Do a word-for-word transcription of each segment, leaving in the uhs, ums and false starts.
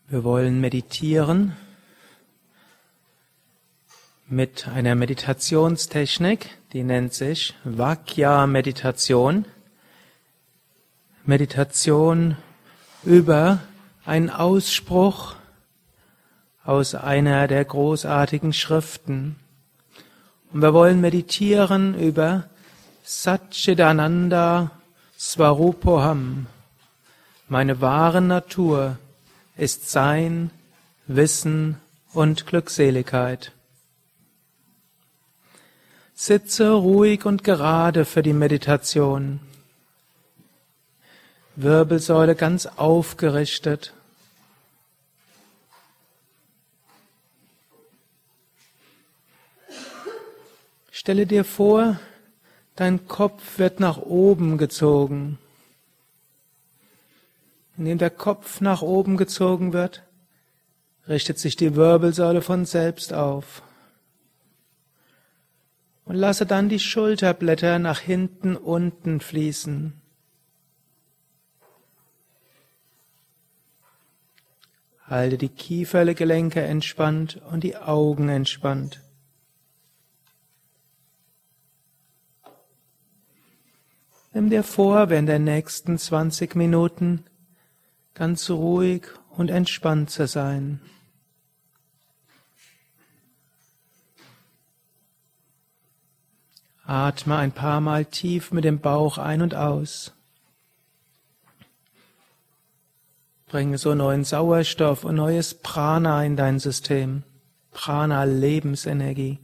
Wir wollen meditieren mit einer Meditationstechnik, die nennt sich Vakya-Meditation. Meditation über einen Ausspruch aus einer der großartigen Schriften. Und wir wollen meditieren über Satchidananda Svarupoham. Meine wahre Natur ist Sein, Wissen und Glückseligkeit. Sitze ruhig und gerade für die Meditation. Wirbelsäule ganz aufgerichtet. Stelle dir vor, dein Kopf wird nach oben gezogen. Indem der Kopf nach oben gezogen wird, richtet sich die Wirbelsäule von selbst auf. Und lasse dann die Schulterblätter nach hinten unten fließen. Halte die Kiefergelenke entspannt und die Augen entspannt. Nimm dir vor, während der nächsten zwanzig Minuten ganz ruhig und entspannt zu sein. Atme ein paar Mal tief mit dem Bauch ein und aus. Bringe so neuen Sauerstoff und neues Prana in dein System. Prana, Lebensenergie.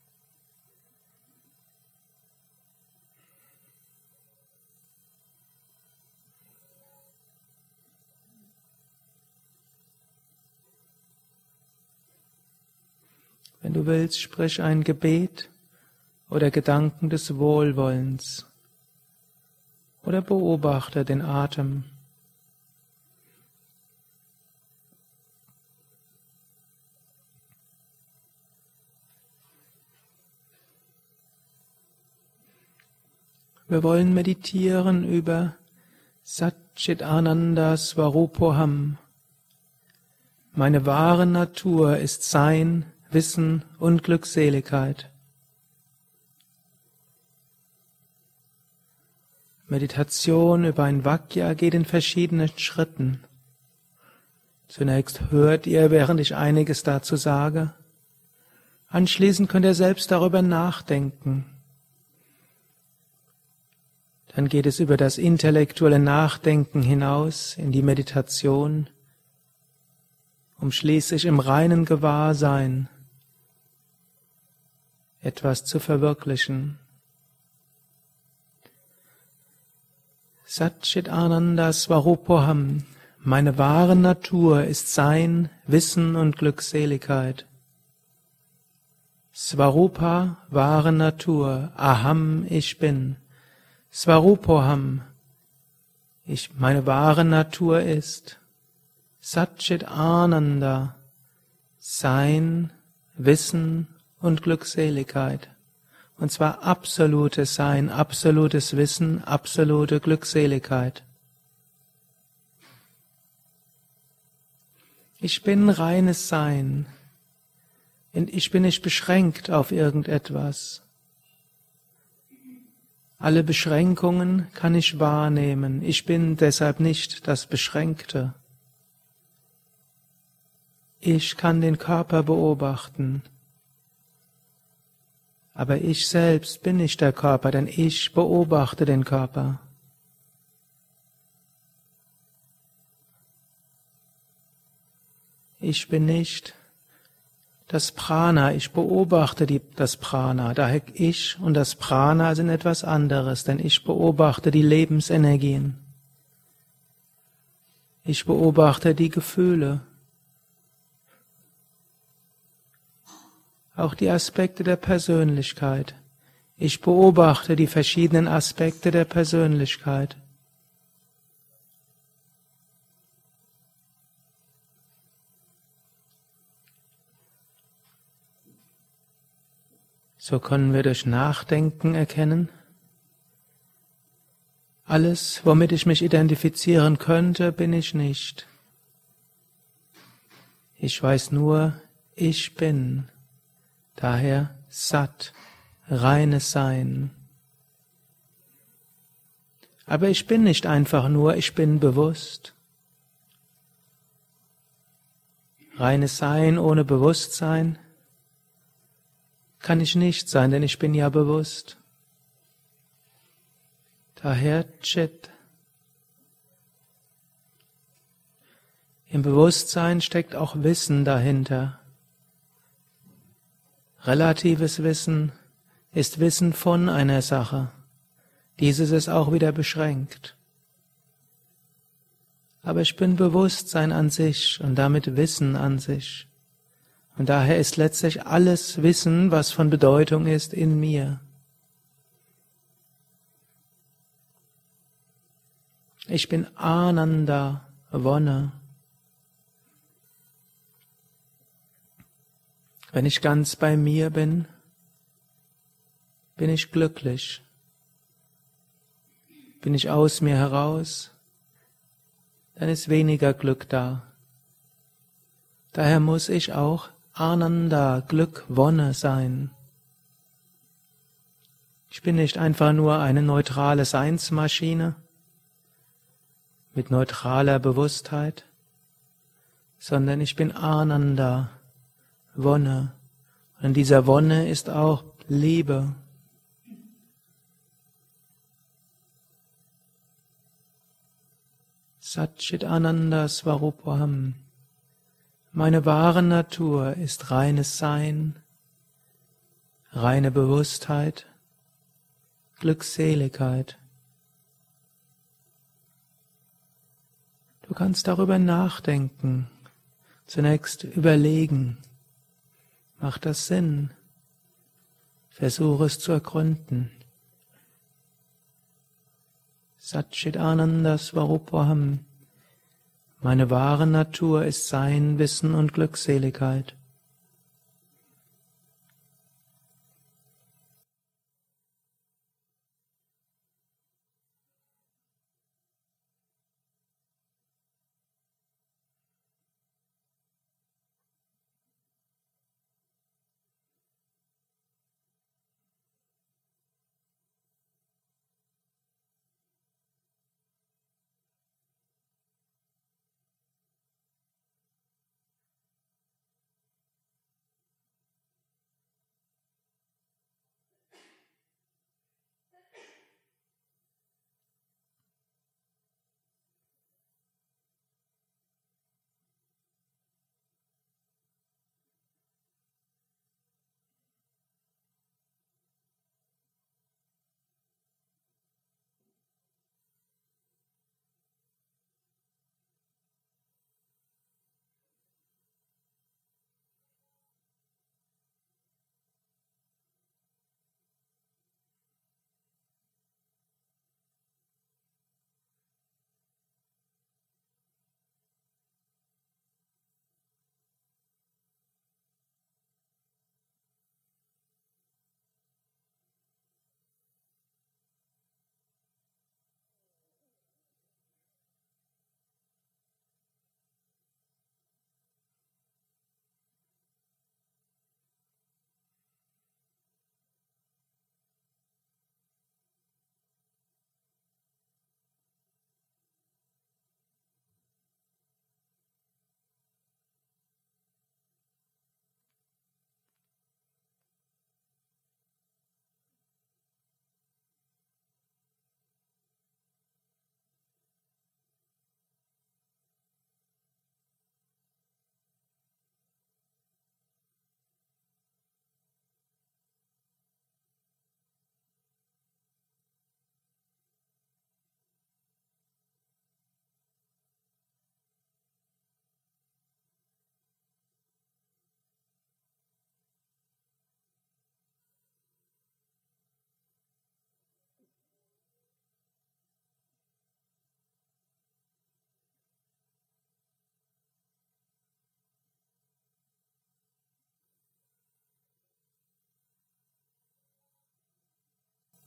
Wenn du willst, sprich ein Gebet oder Gedanken des Wohlwollens oder beobachte den Atem. Wir wollen meditieren über Satchidananda Svarupoham. Meine wahre Natur ist Sein, Wissen und Glückseligkeit. Meditation über ein Vakya geht in verschiedenen Schritten. Zunächst hört ihr, während ich einiges dazu sage. Anschließend könnt ihr selbst darüber nachdenken. Dann geht es über das intellektuelle Nachdenken hinaus in die Meditation, um schließlich im reinen Gewahrsein etwas zu verwirklichen. Satchidananda Svarupoham. Meine wahre Natur ist Sein, Wissen und Glückseligkeit. Svarupa, wahre Natur. Aham, ich bin. Svarupoham. Ich, meine wahre Natur ist Satchidananda. Sein, Wissen und Glückseligkeit. Und zwar absolutes Sein, absolutes Wissen, absolute Glückseligkeit. Ich bin reines Sein. Und ich bin nicht beschränkt auf irgendetwas. Alle Beschränkungen kann ich wahrnehmen. Ich bin deshalb nicht das Beschränkte. Ich kann den Körper beobachten. Aber ich selbst bin nicht der Körper, denn ich beobachte den Körper. Ich bin nicht das Prana, ich beobachte die, das Prana. Daher ich und das Prana sind etwas anderes, denn ich beobachte die Lebensenergien. Ich beobachte die Gefühle. Auch die Aspekte der Persönlichkeit. Ich beobachte die verschiedenen Aspekte der Persönlichkeit. So können wir durch Nachdenken erkennen, alles, womit ich mich identifizieren könnte, bin ich nicht. Ich weiß nur, ich bin. Daher Sat, reines Sein. Aber ich bin nicht einfach nur, ich bin bewusst. Reines Sein ohne Bewusstsein kann ich nicht sein, denn ich bin ja bewusst. Daher Chit. Im Bewusstsein steckt auch Wissen dahinter. Relatives Wissen ist Wissen von einer Sache. Dieses ist auch wieder beschränkt. Aber ich bin Bewusstsein an sich und damit Wissen an sich. Und daher ist letztlich alles Wissen, was von Bedeutung ist, in mir. Ich bin Ananda, Wonne. Wenn ich ganz bei mir bin, bin ich glücklich. Bin ich aus mir heraus, dann ist weniger Glück da. Daher muss ich auch Ananda, Glück, Wonne sein. Ich bin nicht einfach nur eine neutrale Seinsmaschine mit neutraler Bewusstheit, sondern ich bin Ananda, Wonne. Und in dieser Wonne ist auch Liebe. Satchit Ananda Svarupam. Meine wahre Natur ist reines Sein, reine Bewusstheit, Glückseligkeit. Du kannst darüber nachdenken, zunächst überlegen. Macht das Sinn? Versuche es zu ergründen. Satchit Ananda Svarupam. Meine wahre Natur ist Sein, Wissen und Glückseligkeit.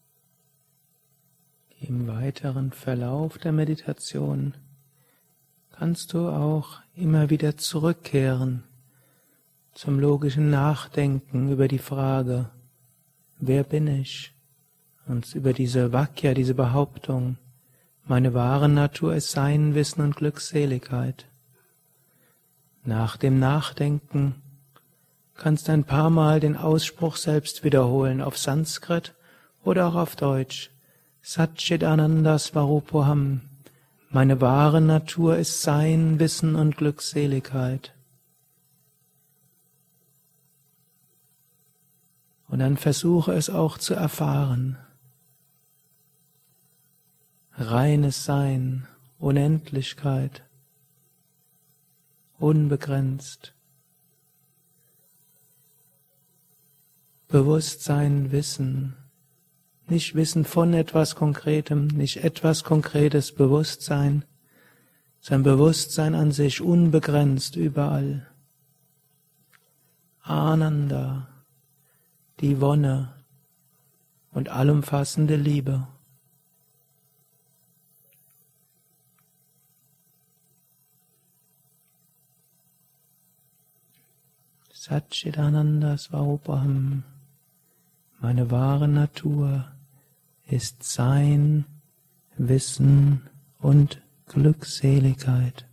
Im weiteren Verlauf der Meditation kannst du auch immer wieder zurückkehren zum logischen Nachdenken über die Frage, wer bin ich? Und über diese Vakya, diese Behauptung, meine wahre Natur ist Sein, Wissen und Glückseligkeit. Nach dem Nachdenken kannst du ein paar Mal den Ausspruch selbst wiederholen, auf Sanskrit oder auch auf Deutsch. Satchidananda Svarupoham. Meine wahre Natur ist Sein, Wissen und Glückseligkeit. Und dann versuche es auch zu erfahren. Reines Sein, Unendlichkeit, unbegrenzt. Bewusstsein, Wissen, nicht Wissen von etwas Konkretem, nicht etwas Konkretes Bewusstsein, sondern Bewusstsein an sich, unbegrenzt überall. Ananda, die Wonne und allumfassende Liebe. Satchidananda Svarupam. Meine wahre Natur ist Sein, Wissen und Glückseligkeit.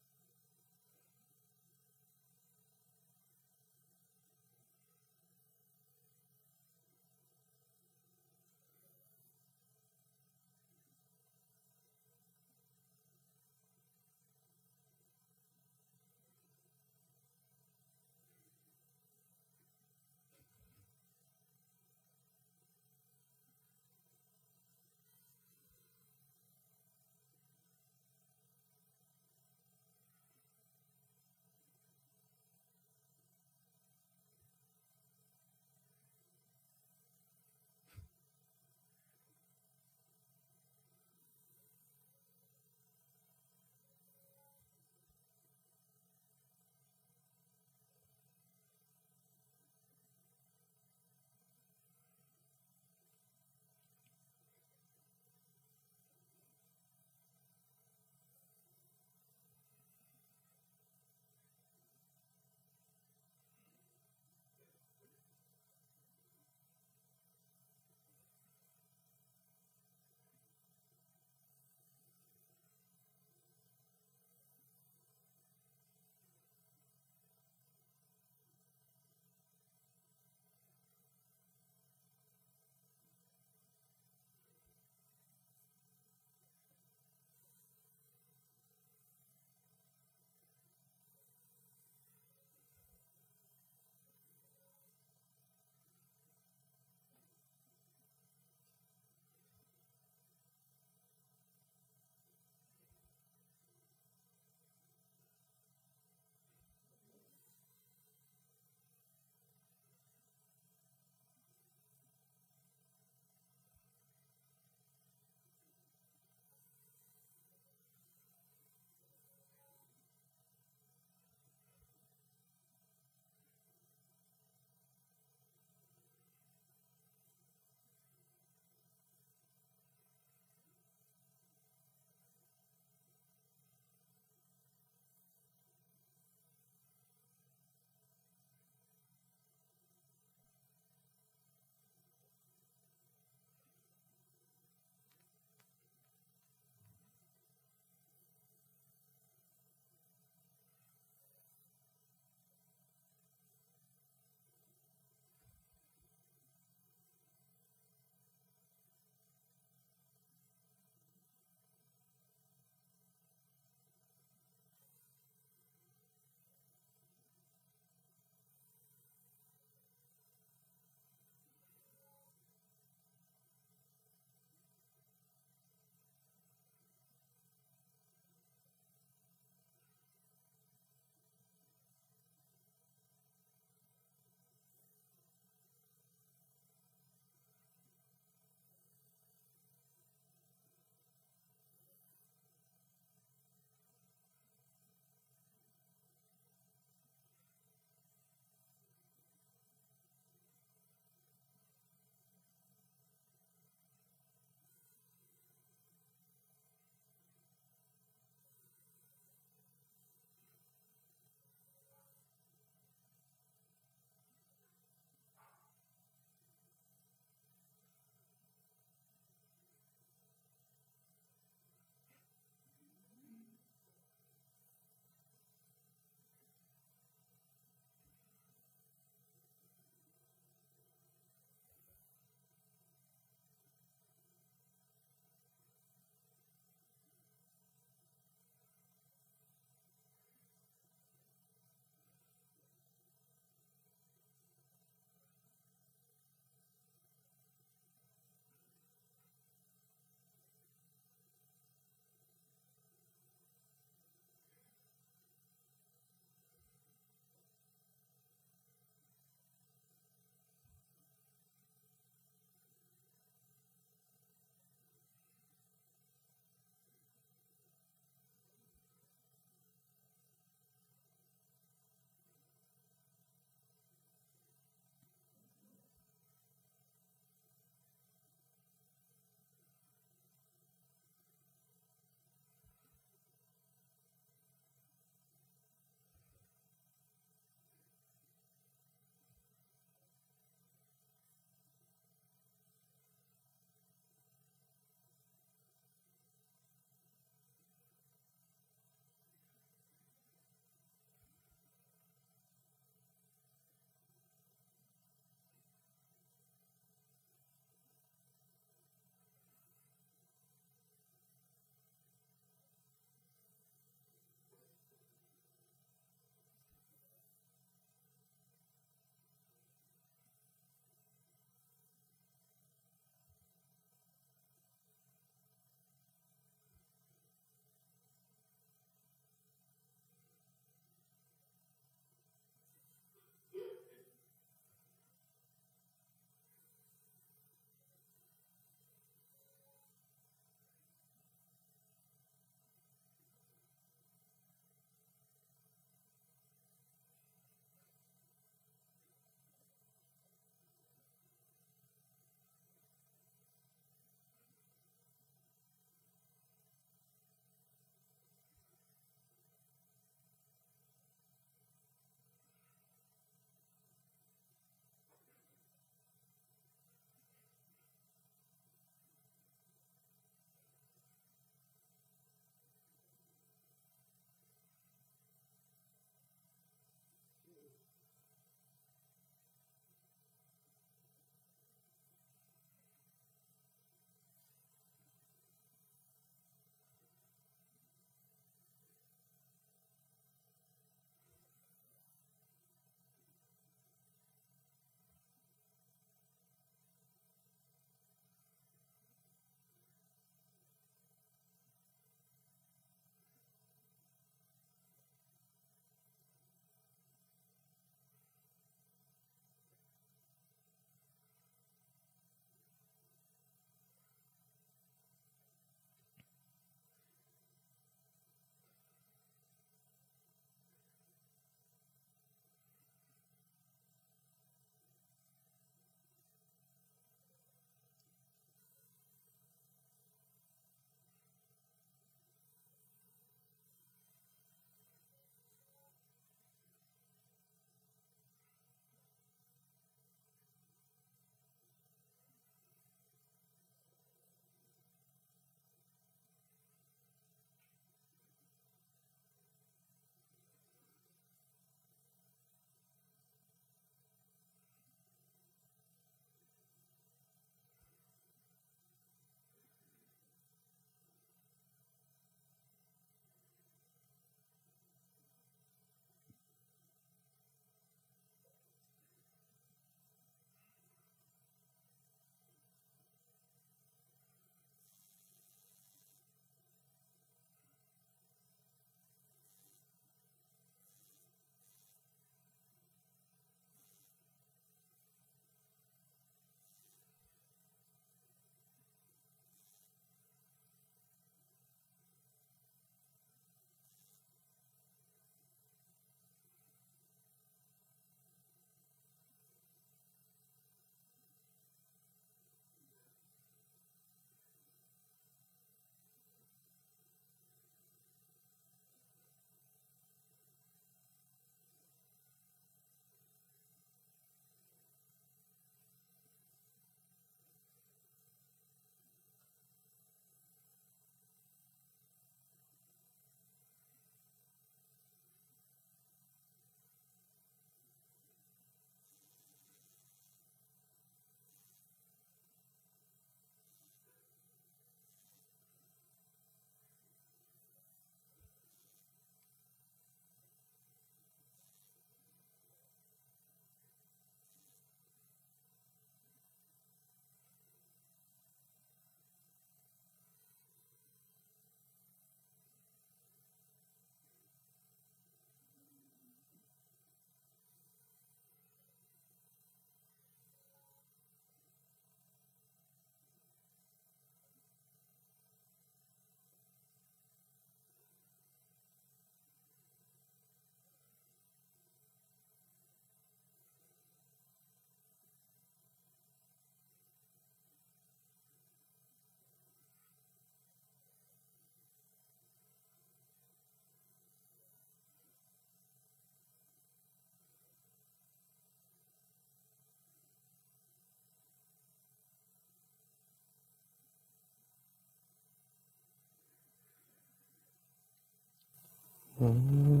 Om.